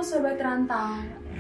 Sobat Rantau.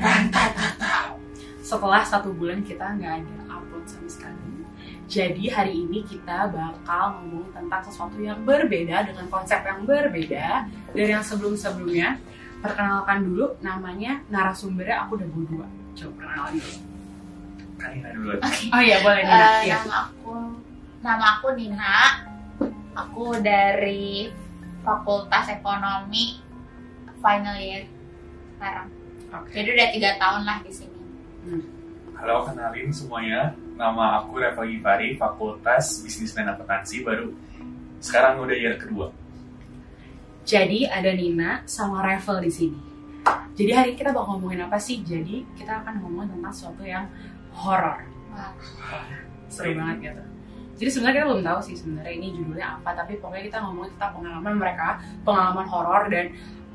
Setelah 1 bulan kita nggak ada upload sama sekali, jadi hari ini kita bakal ngomong tentang sesuatu yang berbeda dengan konsep yang berbeda dari yang sebelum-sebelumnya. Perkenalkan dulu, namanya narasumbernya aku udah berdua. Coba perkenalan dulu. Nina dulu. Oh iya boleh Nina. Iya. Nama aku Nina. Aku dari Fakultas Ekonomi final year sekarang. Jadi udah 3 tahun lah di sini. Halo, kenalin semuanya. Nama aku Revel Gifari, Fakultas Bisnis dan Akuntansi, baru sekarang udah year kedua. Jadi ada Nina sama Revel di sini. Jadi hari ini kita bakal ngomongin apa sih? Jadi kita akan ngomongin tentang sesuatu yang horor. Seru banget gitu. Jadi sebenarnya kita belum tahu sih sebenarnya ini judulnya apa, tapi pokoknya kita ngomongin tentang pengalaman mereka, pengalaman horor dan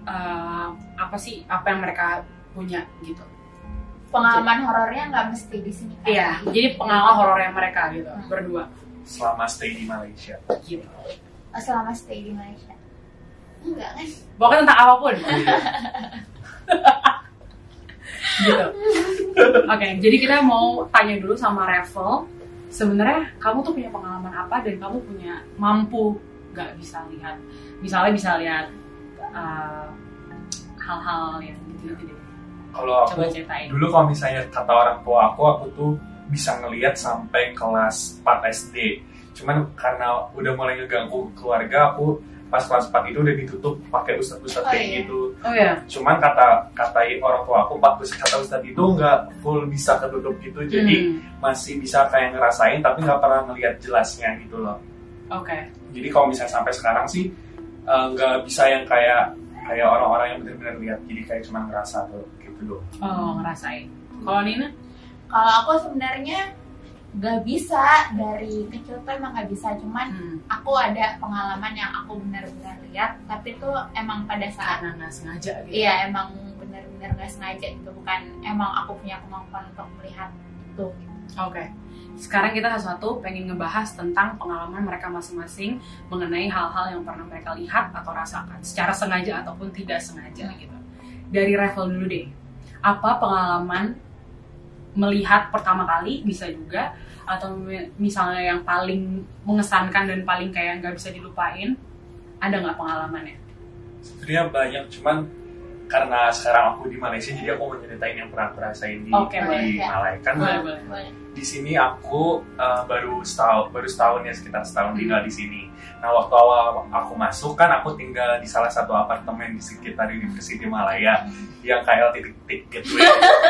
apa yang mereka punya gitu. Pengalaman horornya nggak mesti di sini kan? Iya, jadi pengalaman horornya mereka gitu, berdua. Selama stay di Malaysia. Gitu. Selama stay di Malaysia. Enggak kan? Pokoknya tentang apapun. Gitu. Oke, jadi kita mau tanya dulu sama Revel. Sebenarnya kamu tuh punya pengalaman apa dan kamu punya mampu nggak bisa lihat? Misalnya bisa lihat hal-hal yang gitu-gitu deh. Kalau aku dulu kalau misalnya kata orang tua aku tuh bisa ngelihat sampai kelas 4 SD. Cuman karena udah mulai ngeganggu keluarga, aku pas kelas 4 itu udah ditutup pakai ustadz-ustadz kayak gitu. Oh iya. Cuman kata orang tua aku, kata ustadz itu nggak full bisa ketutup gitu, jadi masih bisa kayak ngerasain tapi nggak pernah ngelihat jelasnya gitu loh. Oke. Jadi kalau misalnya sampai sekarang sih nggak bisa yang kayak orang-orang yang benar-benar lihat, jadi kayak cuma ngerasa tuh gitu doang. Oh, ngerasain. Kalau Nina? Kalau aku sebenarnya nggak bisa, dari kecil tuh emang nggak bisa, cuman aku ada pengalaman yang aku benar-benar lihat, tapi tuh emang pada saat karena nggak sengaja gitu. Iya, emang benar-benar nggak sengaja gitu, bukan emang aku punya kemampuan untuk melihat itu. Oke. Sekarang kita satu pengen ngebahas tentang pengalaman mereka masing-masing mengenai hal-hal yang pernah mereka lihat atau rasakan secara sengaja ataupun tidak sengaja gitu. Dari Revel dulu deh. Apa pengalaman melihat pertama kali, bisa juga, atau misalnya yang paling mengesankan dan paling kayak nggak bisa dilupain, ada nggak pengalamannya? Sebenarnya banyak, cuman karena sekarang aku di Malaysia jadi aku mau ceritain yang pernah aku rasain di Malaysia. Kan boleh. Di sini aku baru setahun ya, sekitar setahun tinggal di sini. Nah, waktu awal aku masuk kan aku tinggal di salah satu apartemen di sekitar University Malaya yang kayak titik-titik gitu.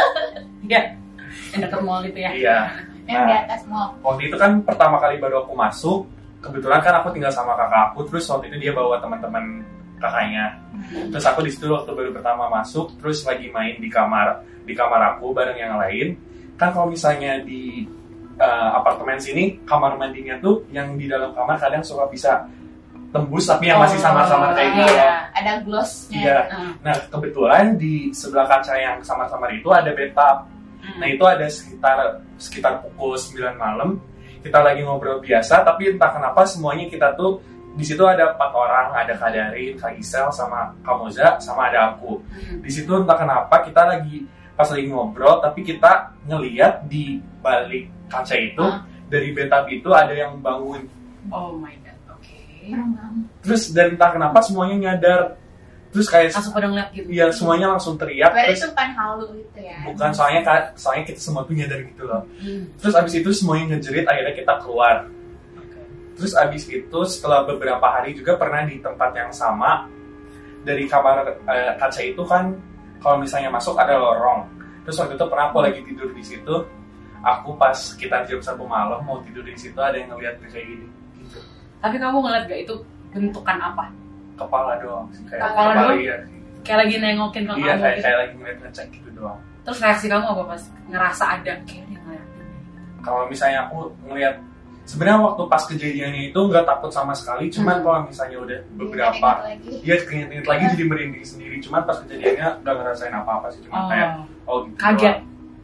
Iya. Yang dekat mall itu ya? Iya. Yang di atas mall. Waktu itu kan pertama kali baru aku masuk, kebetulan kan aku tinggal sama kakak aku, terus waktu itu dia bawa teman-teman kakaknya. Terus aku di situ waktu baru pertama masuk, terus lagi main di kamar aku bareng yang lain. Kan kalau misalnya di apartemen sini, kamar mandinya tuh yang di dalam kamar kadang suka bisa tembus tapi yang masih sama-sama kayak gitu. Iya, ada glossnya. Iya. Nah, kebetulan di sebelah kaca yang sama-sama itu ada bathtub. Nah, itu ada sekitar pukul 9 malam. Kita lagi ngobrol biasa, tapi entah kenapa semuanya kita tuh di situ ada 4 orang, ada Kak Darin, Kak Gisel, sama Kak Moza, sama ada aku. Di situ entah kenapa kita pas lagi ngobrol, tapi kita ngeliat di balik kaca itu dari bathtub itu ada yang bangun. Oh my god, oke. Terus dan entah kenapa semuanya nyadar. Terus kayak langsung pada ngeliat gitu. Iya, semuanya langsung teriak. Berarti itu kan halu gitu ya? Bukan, soalnya kita semua tuh nyadar gitu loh. Terus abis itu semuanya ngejerit, akhirnya kita keluar. Terus abis itu setelah beberapa hari juga pernah di tempat yang sama, dari kamar kaca itu kan kalau misalnya masuk ada lorong. Terus waktu itu pernah aku lagi tidur di situ, aku pas sekitar jam 1 malam mau tidur di situ ada yang ngeliat kayak gini. Gitu. Tapi kamu ngeliat gak itu bentukan apa? Kepala doang sih, kayak kepala doang? Iya. Kayak lagi nengokin ke kamu iya, gitu? kayak lagi ngecek gitu doang. Terus reaksi kamu apa pas ngerasa ada kayak dia ngeliatin? Kalau misalnya aku ngeliat, sebenarnya waktu pas kejadiannya itu nggak takut sama sekali, cuman kalau misalnya udah beberapa, dia keinget lagi jadi merinding sendiri. Cuman pas kejadiannya nggak ngerasain apa-apa sih, cuman kayak gitu. Kaget.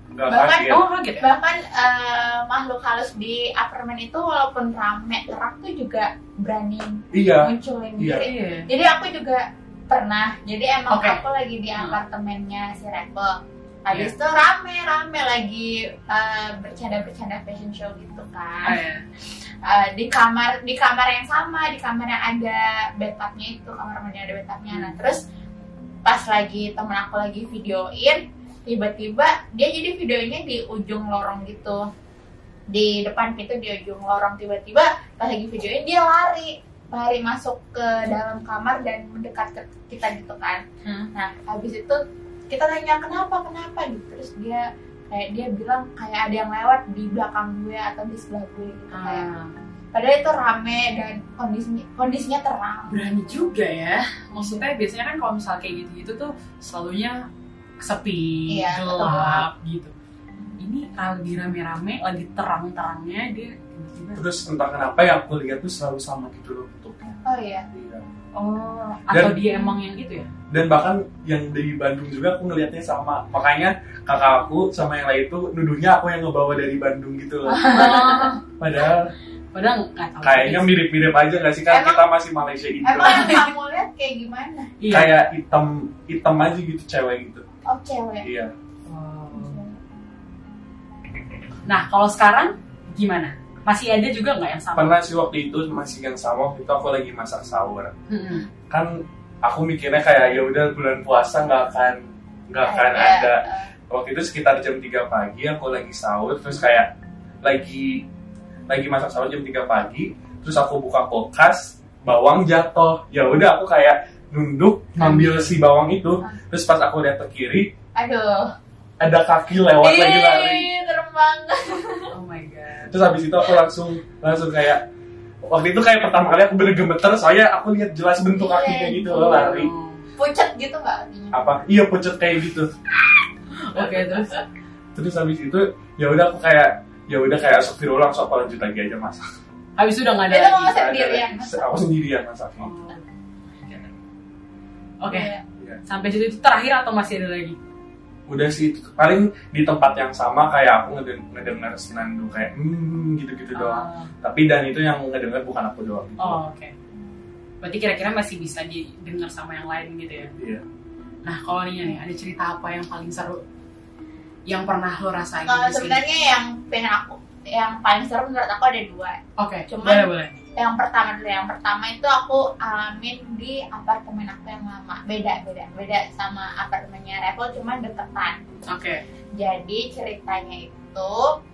Kaget. Bahkan makhluk halus di apartemen itu walaupun rame terak tuh juga berani munculin diri. Iya. Jadi aku juga Pernah. Jadi emang Oke. aku lagi di apartemennya si Rebel. Habis itu rame lagi bercanda-bercanda fashion show gitu kan. Di kamar yang sama, di kamar yang ada bathtubnya itu, kamar mandi yang ada bathtubnya. Nah terus pas lagi temen aku lagi videoin, tiba-tiba dia jadi videonya di ujung lorong gitu, di depan pintu di ujung lorong. Tiba-tiba pas lagi videoin dia lari masuk ke dalam kamar dan mendekat ke kita gitu kan. Nah habis itu kita tanya kenapa gitu, terus dia bilang kayak ada yang lewat di belakang gue atau di sebelah gue gitu kayak. Padahal itu rame dan kondisinya terang. Berani juga ya. Maksudnya biasanya kan kalau misal kayak gitu tuh selalunya sepi, gelap gitu. Ini lagi rame-rame, lagi terang-terangnya dia tiba-tiba. Terus entah kenapa yang aku lihat tuh selalu sama gitu loh bentuknya. Oh iya. Oh, atau dia emang yang gitu ya? Dan bahkan yang dari Bandung juga aku ngelihatnya sama. Makanya kakak aku sama yang lain tuh nuduhnya aku yang ngebawa dari Bandung gitu loh. Padahal nggak tahu. Kayaknya mirip-mirip aja nggak sih, kan kita masih Malaysia Indo. Emang yang kamu lihat kayak gimana? Kayak hitam aja gitu, cewek gitu. Oh cewek. Iya. Nah kalau sekarang gimana? Masih ada juga nggak yang sama? Pernah sih waktu itu masih yang sama. Waktu itu aku lagi masak sahur. Kan aku mikirnya kayak ya udah bulan puasa nggak akan ada. Waktu itu sekitar jam 3 pagi aku lagi sahur, terus kayak lagi masak sahur jam 3 pagi, terus aku buka kulkas, bawang jatuh. Ya udah aku kayak nunduk ngambil si bawang itu, terus pas aku lihat ke kiri, aduh, ada kaki lewat lagi lari. Terbang. Oh my god. Terus habis itu aku langsung kayak waktu itu kayak pertama kali aku bener gemeter soalnya aku lihat jelas bentuk kakinya gitu loh lari. Pucet gitu nggak? Apa? Iya pucet kayak gitu. Oke, terus habis itu ya udah aku kayak astagfirullah, langsung aku lanjut lagi aja masak. Habis itu udah nggak ada lagi. lagi. Sendirian. Aku sendirian masaknya. Oke. Sampai situ itu terakhir atau masih ada lagi? Udah sih, paling di tempat yang sama kayak aku ngedenger senandung kayak gitu-gitu doang. Tapi dan itu yang ngedenger bukan aku doang gitu. Oh, oke. Berarti kira-kira masih bisa didengar sama yang lain gitu ya? Iya. Nah kalau nih ada cerita apa yang paling seru yang pernah lo rasain? Sebenarnya yang paling seru menurut aku ada 2. Oke. Cuman boleh. Yang pertama itu aku alamin di apartemen aku yang lama. Beda sama apartemennya Revel, cuman deketan. Oke. Jadi ceritanya itu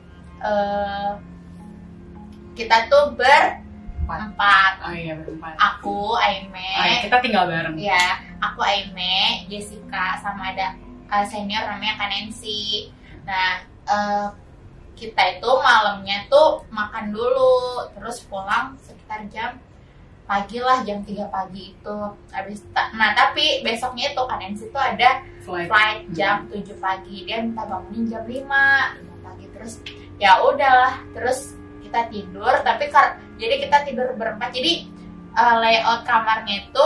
kita tuh berempat. Oh iya, berempat. Aku, Aime. Kita tinggal bareng. Iya, aku, Aime, Jessica, sama ada senior namanya Kanensi. Nah, kita itu malamnya tuh makan dulu, terus pulang sekitar jam 3 pagi itu. Tapi besoknya itu Kanensi tuh ada flight jam 7 pagi. Dia minta bangunin jam 5 pagi. Terus ya udahlah, terus kita tidur. Jadi kita tidur berempat. Jadi layout kamarnya itu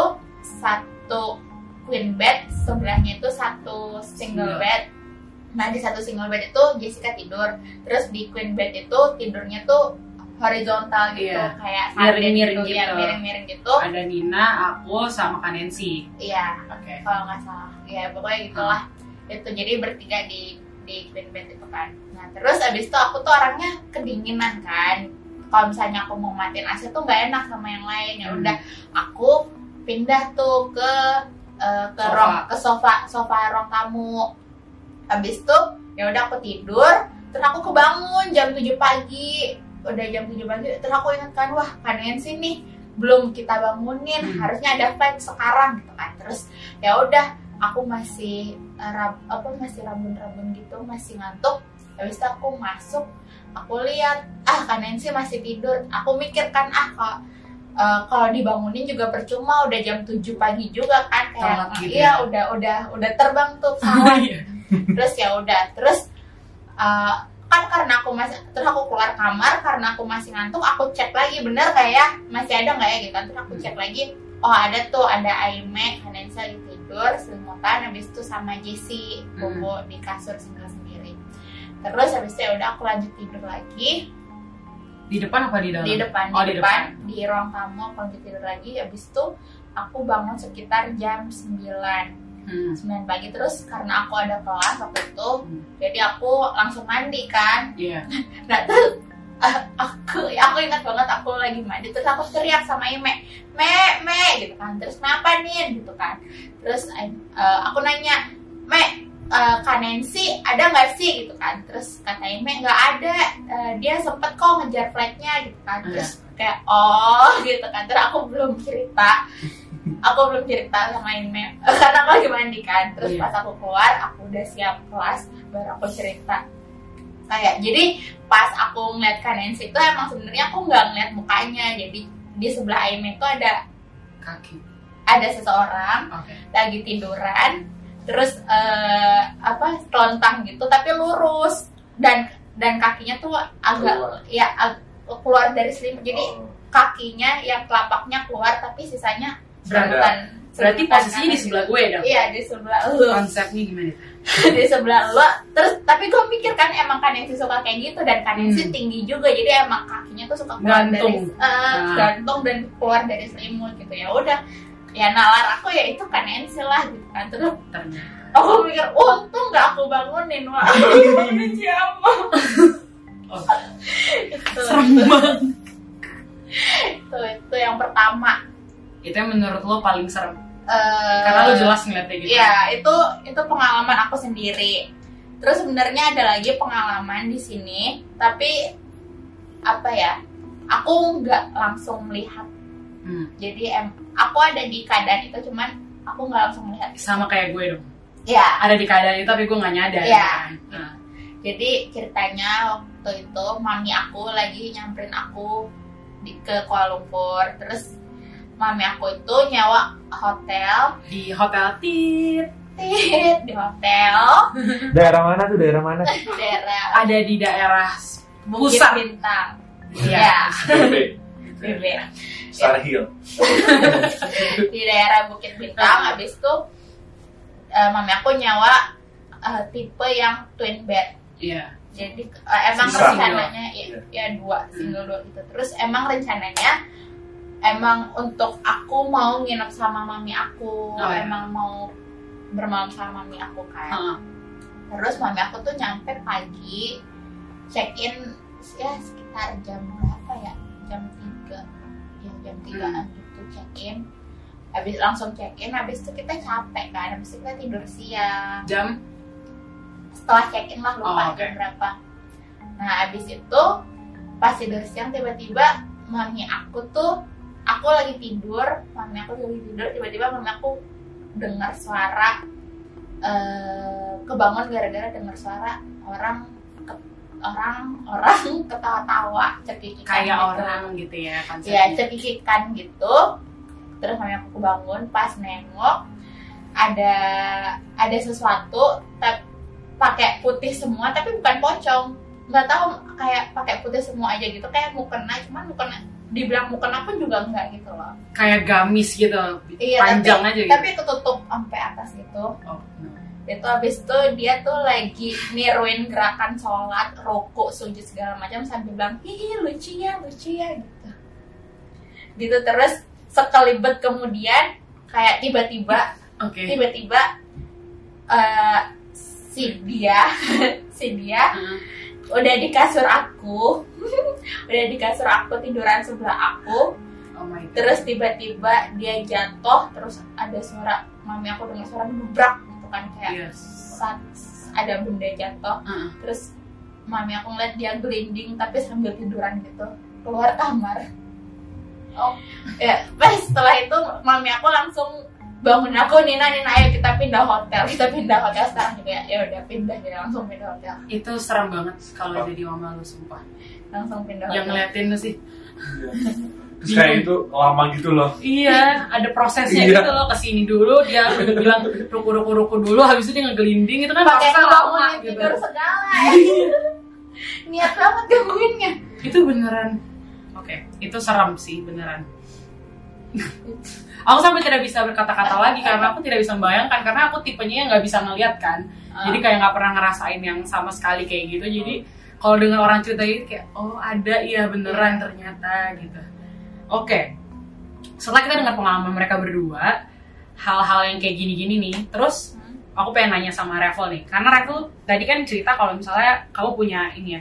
1 queen bed, sebelahnya itu 1 single bed. Nah di 1 single bed itu Jessica tidur, terus di queen bed itu tidurnya tuh horizontal gitu, kayak miring-miring gitu. Miring-miring gitu. Ada Nina, aku, sama Kanensi. Iya. Oke. Kalau nggak salah, ya pokoknya gitulah. Itu jadi bertiga di queen bed itu kan. Nah terus abis itu aku tuh orangnya kedinginan kan. Kalau misalnya aku mau matiin AC tuh nggak enak sama yang lain. Ya udah, aku pindah tuh ke sofa ruang tamu. Habis itu ya udah aku tidur, terus aku kebangun jam 7 pagi. Udah jam 7 pagi, terus aku ingat kan, wah Kanensi nih belum kita bangunin, harusnya ada flight sekarang gitu kan. Terus ya udah, aku masih rabun-rabun gitu, masih ngantuk. Habis itu aku masuk, aku lihat Kanensi masih tidur. Aku mikir kan kalau dibangunin juga percuma, udah jam 7 pagi juga kan, kayak gitu iya ya? udah terbang tuh pesawat. Terus ya udah, terus kan karena terus aku keluar kamar karena aku masih ngantuk, aku cek lagi bener kayak masih ada nggak ya gitu. Terus aku cek lagi, ada Aime, Kanensi lagi tidur selimutan, habis itu sama Jessie bobo di kasur sendiri. Terus habis itu ya udah aku lanjut tidur lagi. Di depan apa di dalam? Di depan. Di depan. Di ruang tamu aku lanjut tidur lagi. Habis itu aku bangun sekitar jam 9 pagi. Terus karena aku ada kelas waktu itu, jadi aku langsung mandi kan. Nah terus aku ingat banget aku lagi mandi, terus aku teriak sama Ime, me gitu kan. Terus kenapa nih gitu kan. Terus aku nanya, Kak Nancy ada nggak sih gitu kan. Terus kata Ime nggak ada, dia sempet kok ngejar flightnya gitu kan. Terus kayak oh gitu kan. Terus aku belum cerita sama Ime karena aku lagi mandi kan. Terus pas aku keluar, aku udah siap kelas, baru aku cerita. Kayak jadi pas aku ngeliat Kak Nancy itu emang sebenarnya aku nggak ngeliat mukanya. Jadi di sebelah Ime itu ada kaki, ada seseorang lagi tiduran, terus telontang gitu tapi lurus, dan kakinya tuh agak keluar dari selimut. Jadi kakinya yang telapaknya keluar tapi sisanya seremutan. Berarti posisinya di sebelah gue dong? Iya, di sebelah lu. Konsepnya gimana? Di sebelah lu. Terus tapi gue mikir kan emang Kak Nancy suka kayak gitu, dan Kak Nancy tinggi juga, jadi emang kakinya tuh suka keluar gantung dan keluar dari selimut gitu. Ya udah, ya nalar aku ya itu Kak Nancy lah gitu kan. Terus aku mikir untung gak aku bangunin, wah ini siapa? Serem banget. Itu yang pertama. Itu yang menurut lo paling serem? Karena lo jelas ngeliatnya gitu. Iya, itu pengalaman aku sendiri. Terus sebenarnya ada lagi pengalaman di sini, tapi apa ya? Aku nggak langsung melihat. Jadi aku ada di keadaan itu, cuman aku nggak langsung melihat. Sama kayak gue dong. Iya. Ada di keadaan itu tapi gue nggak nyadar. Iya. Kan? Jadi ceritanya waktu itu mami aku lagi nyamperin aku ke Kuala Lumpur. Terus mami aku itu nyewa hotel di hotel di hotel. Daerah mana tuh? Daerah ada di daerah Bukit pusat Bintang. Iya. BB. Star Hill. Di daerah Bukit Bintang. Habis itu mami aku nyewa tipe yang twin bed. Iya. Jadi emang rencananya dua single gitu. Terus emang rencananya untuk aku mau nginep sama mami aku, emang mau bermalam sama mami aku kan. Terus mami aku tuh nyampe pagi, check in ya sekitar jam berapa ya? Jam 3. Ya jam 3-an gitu check in. Habis langsung check in, habis itu kita capek kan, habis itu kita tidur siang. Jam? Setelah check in lah, lupa jam berapa. Nah habis itu pas tidur siang tiba-tiba mami aku lagi tidur, tiba-tiba mami aku dengar suara kebangun gara-gara dengar suara orang ketawa-tawa, cekikikan kayak gitu. Orang gitu ya konsepnya. Ya cekikikan gitu. Terus mami aku kebangun, pas nengok ada sesuatu pakai putih semua tapi bukan pocong, nggak tahu, kayak pakai putih semua aja gitu, kayak mukena, cuman mukena dibilang mukena pun juga enggak gitu loh, kayak gamis gitu, tapi, panjang aja gitu. Tapi ketutup sampai atas gitu. Itu habis itu dia tuh lagi niruin gerakan sholat, rukuk, sujud segala macam sambil bilang hihi lucu ya gitu. Terus sekelibet kemudian kayak tiba-tiba si dia udah di kasur aku tiduran sebelah aku. Terus tiba-tiba dia jatuh, terus ada suara, mami aku dengar suara gebrak gitu kan, kayak saat ada benda jatuh. Terus mami aku ngeliat dia gelinding tapi sambil tiduran gitu keluar kamar. Pas setelah itu mami aku langsung bangun aku, Nina ayo kita pindah hotel sekarang juga ya udah pindah, jadi langsung pindah hotel. Itu serem banget kalau jadi mama lu, sumpah. Langsung pindah hotel. Yang ngeliatin lu sih. Terus kayak itu lama gitu loh. Iya, ada prosesnya gitu loh, kesini dulu dia bilang ruku dulu, habis itu dia ngegelinding, itu kan pakai lama gitu. Tidur segala. Niat banget gangguinnya. Itu beneran. Oke, itu seram sih beneran. Aku sampai tidak bisa berkata-kata lagi karena aku tidak bisa membayangkan, karena aku tipenya yang nggak bisa ngeliat kan. Jadi kayak nggak pernah ngerasain yang sama sekali kayak gitu. Jadi kalau dengar orang cerita gitu kayak oh ada, iya beneran ternyata gitu. Oke. setelah kita dengar pengalaman mereka berdua, hal-hal yang kayak gini-gini nih, terus aku pengen nanya sama Revel nih, karena Revel tadi kan cerita kalau misalnya kamu punya ini ya,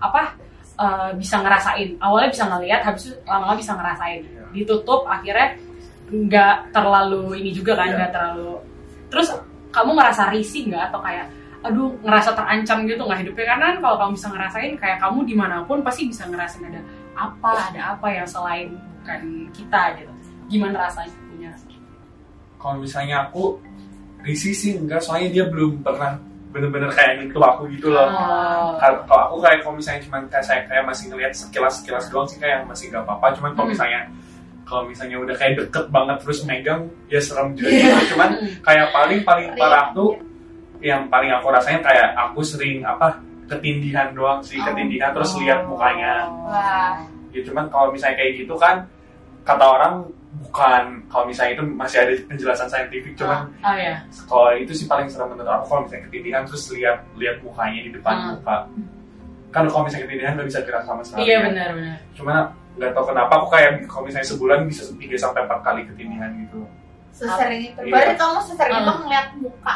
bisa ngerasain, awalnya bisa ngeliat, habis itu lama-lama bisa ngerasain, ditutup, akhirnya nggak terlalu ini juga kan, nggak terlalu, terus kamu ngerasa risih nggak, atau kayak aduh ngerasa terancam gitu nggak hidupnya, karena kan kalau kamu bisa ngerasain, kayak kamu dimanapun pasti bisa ngerasain ada apa yang selain bukan kita gitu. Gimana rasanya punya? Kalau misalnya aku risih sih enggak, soalnya dia belum pernah bener-bener kayak nyentuh aku gitu loh. Kalau aku kalau misalnya cuma kayak masih ngeliat sekilas doang sih kayak masih nggak apa-apa. Cuman kalau misalnya udah kayak deket banget terus megang, ya serem juga gitu. Cuman kayak paling parah tuh yang paling aku rasain kayak aku sering ketindihan doang sih, ketindihan terus lihat mukanya. Ya cuman kalau misalnya kayak gitu kan kata orang bukan, kalau misalnya itu masih ada penjelasan saintifik, cuman kalau itu sih paling serem menurut aku, kalau misalnya ketindihan terus lihat mukanya di depan muka. Kan kalau misalnya ketindihan nggak bisa gerak sama sekali. Iya benar. Cuma nggak tahu kenapa aku kayak kalau misalnya sebulan bisa 3-4 kali ketindihan gitu. Sesering itu. Berarti kamu sesering itu ngeliat muka?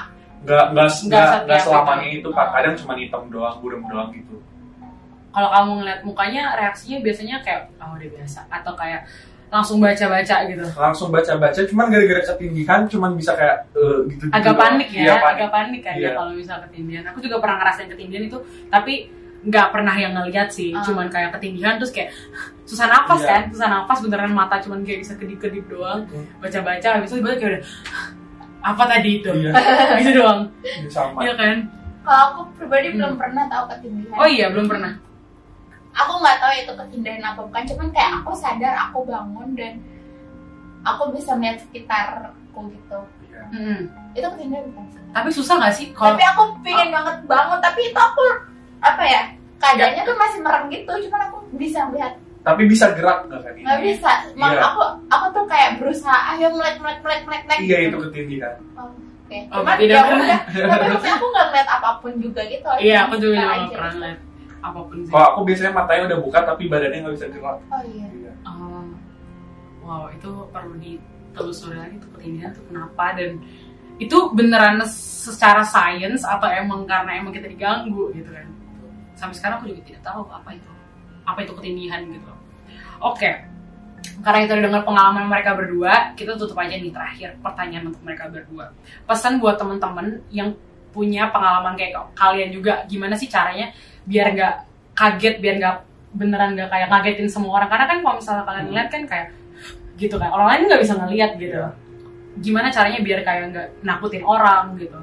Nggak selamanya itu Pak. Kadang cuma hitam doang, buram doang gitu. Kalau kamu ngeliat mukanya, reaksinya biasanya kayak udah biasa, atau kayak langsung baca-baca gitu? Langsung baca-baca, cuman gara-gara ketindihan cuman bisa kayak gitu. Agak panik ya, agak panik kan ya kalau misal ketindihan. Aku juga pernah ngerasain ketindihan itu, tapi nggak pernah yang ngeliat sih, cuman kayak ketindihan terus kayak susah nafas kan, susah nafas beneran, mata cuman kayak bisa kedip-kedip doang, baca-baca, habis itu kayak udah apa tadi itu, gitu doang. Sama. Iya kan? Kalau aku pribadi belum pernah tahu ketindihan. Oh iya, belum pernah. Aku nggak tahu itu ketindihan apa bukan, cuman kayak aku sadar aku bangun dan aku bisa melihat sekitarku gitu. Itu ketindihan bukan sih? Tapi susah nggak sih? Tapi aku pengen banget bangun, tapi itu aku keadaannya tuh masih merem gitu, cuman aku bisa melihat. Tapi bisa gerak nggak kan? Nggak bisa. Aku tuh kayak berusaha, ayo melek. Iya itu ketindihan. Oke. Cuman ya udah. Tapi maksudnya aku nggak ngeliat apapun juga gitu. Iya, aku juga nggak pernah ngeliat apapun sih. Kalau aku biasanya matanya udah buka tapi badannya nggak bisa gerak. Oh iya. Wow, itu perlu ditelusuri lagi tuh ketindihan tuh kenapa, dan itu beneran secara sains atau karena emang kita diganggu gitu kan. Sampai sekarang aku juga tidak tahu apa itu ketindihan gitu. Oke. Karena kita udah dengar pengalaman mereka berdua, kita tutup aja nih terakhir pertanyaan untuk mereka berdua. Pesan buat teman-teman yang punya pengalaman kayak kalian juga, gimana sih caranya biar nggak kaget, biar nggak beneran nggak kayak ngagetin semua orang, karena kan kalau misalnya kalian ngeliat kan kayak gitu kan, orang lain nggak bisa ngeliat gitu. Gimana caranya biar kayak nggak nakutin orang gitu?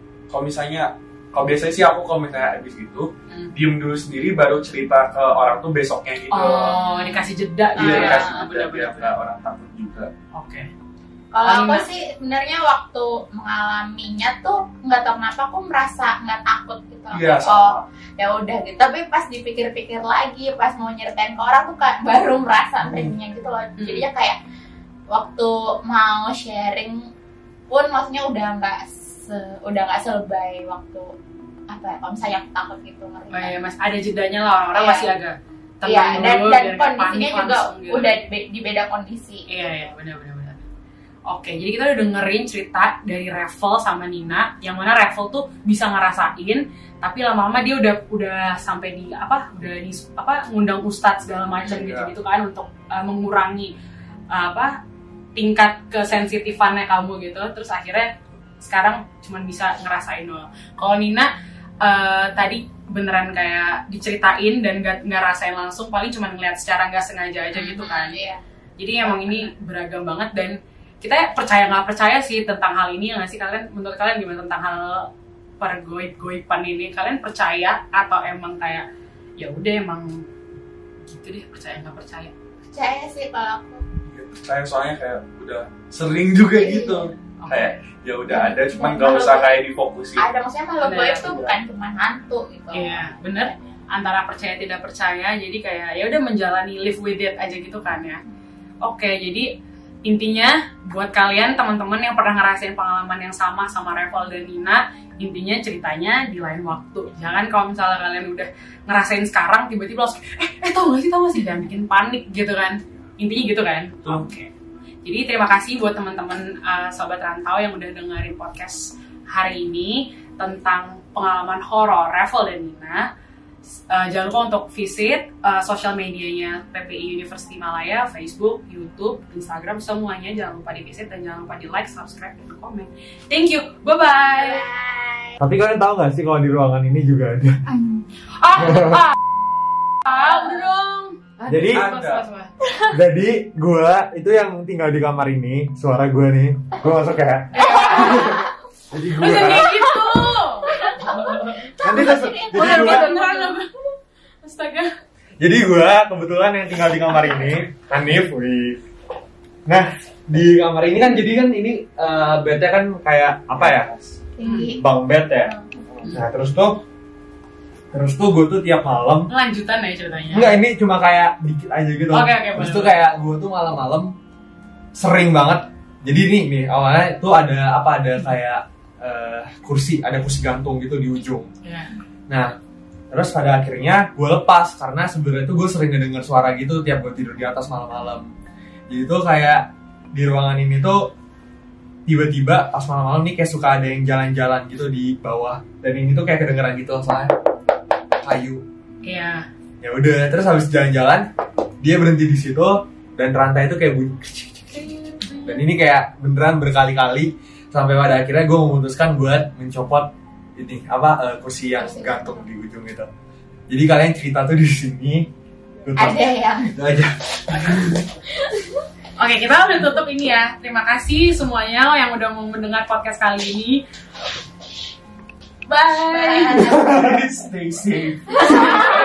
Kalau biasanya sih aku kalau misalnya abis itu diem dulu sendiri baru cerita ke orang tuh besoknya gitu. Dikasih jeda gitu. Iya, dikasih jeda biar nggak orang takut juga. Oke. Kalau aku sih sebenarnya waktu mengalaminya tuh nggak tahu kenapa aku merasa nggak takut gitu. Iya, ya udah gitu. Tapi pas dipikir-pikir lagi, pas mau nyeritain ke orang tuh kayak baru merasa beraninya gitu loh. Jadinya kayak waktu mau sharing pun maksudnya udah nggak selebay waktu kalau misalnya aku takut gitu, ngerti? Iya, Mas, ada jedanya lah, orang-orang masih agak tenang dulu, dan kondisinya juga gitu. Udah di beda kondisi. Iya, benar. Oke, jadi kita udah dengerin cerita dari Revel sama Nina, yang mana Revel tuh bisa ngerasain, tapi lama-lama dia udah sampai ngundang ustadz segala macam gitu kan untuk mengurangi tingkat kesensitifannya kamu gitu. Terus akhirnya sekarang cuma bisa ngerasain doang. Kalau Nina tadi beneran kayak diceritain dan nggak rasain langsung, paling cuma ngeliat secara nggak sengaja aja gitu kan. Jadi emang ini beragam banget, dan kita percaya nggak percaya sih tentang hal ini, nggak sih kalian? Menurut kalian gimana tentang hal pergoib-goiban ini? Kalian percaya atau emang kayak ya udah emang gitu deh, percaya nggak percaya? Percaya sih kalau aku. Ya, percaya, soalnya kayak udah sering juga gitu. Kayak ya udah ada, cuman nggak usah kayak difokusin. Ada, maksudnya makhluk goib itu bukan cuma hantu gitu. Iya, bener. Antara percaya tidak percaya, jadi kayak ya udah menjalani live with it aja gitu kan ya. Oke, jadi intinya buat kalian teman-teman yang pernah ngerasain pengalaman yang sama Revel dan Nina, intinya ceritanya di lain waktu. Jangan kalau misalnya kalian udah ngerasain sekarang tiba-tiba langsung tau gak sih jangan bikin panik gitu kan. Intinya gitu kan. Oke. Jadi terima kasih buat teman-teman Sobat Rantau yang udah dengerin podcast hari ini tentang pengalaman horor Revel dan Nina. Jangan lupa untuk visit sosial medianya PPI University Malaya, Facebook, YouTube, Instagram, semuanya jangan lupa di visit dan jangan lupa di like, subscribe, dan komen. Thank you, bye-bye. Tapi kalian tahu nggak sih kalau di ruangan ini juga ada? Udah dong. Jadi, jadi gue itu yang tinggal di kamar ini, suara gue nih, gue masuk ya. Jadi gue. Kayak gitu. Nanti terus. Astaga. Jadi gue kebetulan yang tinggal di kamar ini, Hanif. Nah di kamar ini kan jadi kan ini bednya kan kayak apa ya? Bang bed ya. Nah terus tuh gue tuh tiap malam. Lanjutan ya ceritanya. Enggak, ini cuma kayak dikit aja gitu. Oke, terus tuh kayak gue tuh malam-malam sering banget. Jadi nih awalnya itu ada kayak kursi gantung gitu di ujung. Yeah. Nah, terus pada akhirnya gue lepas karena sebenarnya tuh gue sering ngedenger suara gitu tiap gue tidur di atas malam-malam. Jadi tuh kayak di ruangan ini tuh tiba-tiba pas malam-malam nih kayak suka ada yang jalan-jalan gitu di bawah, dan ini tuh kayak kedengeran gitu soalnya kayu. Iya. Ya udah, terus habis jalan-jalan dia berhenti di situ dan rantai itu kayak bunyi. Dan ini kayak beneran berkali-kali sampai pada akhirnya gue memutuskan buat mencopot ini kursi yang gantung di ujung itu. Jadi kalian cerita tuh di sini. Ada yang. Itu aja. Oke, kita udah tutup ini ya. Terima kasih semuanya yang udah mau mendengar podcast kali ini. Bye. Stay safe.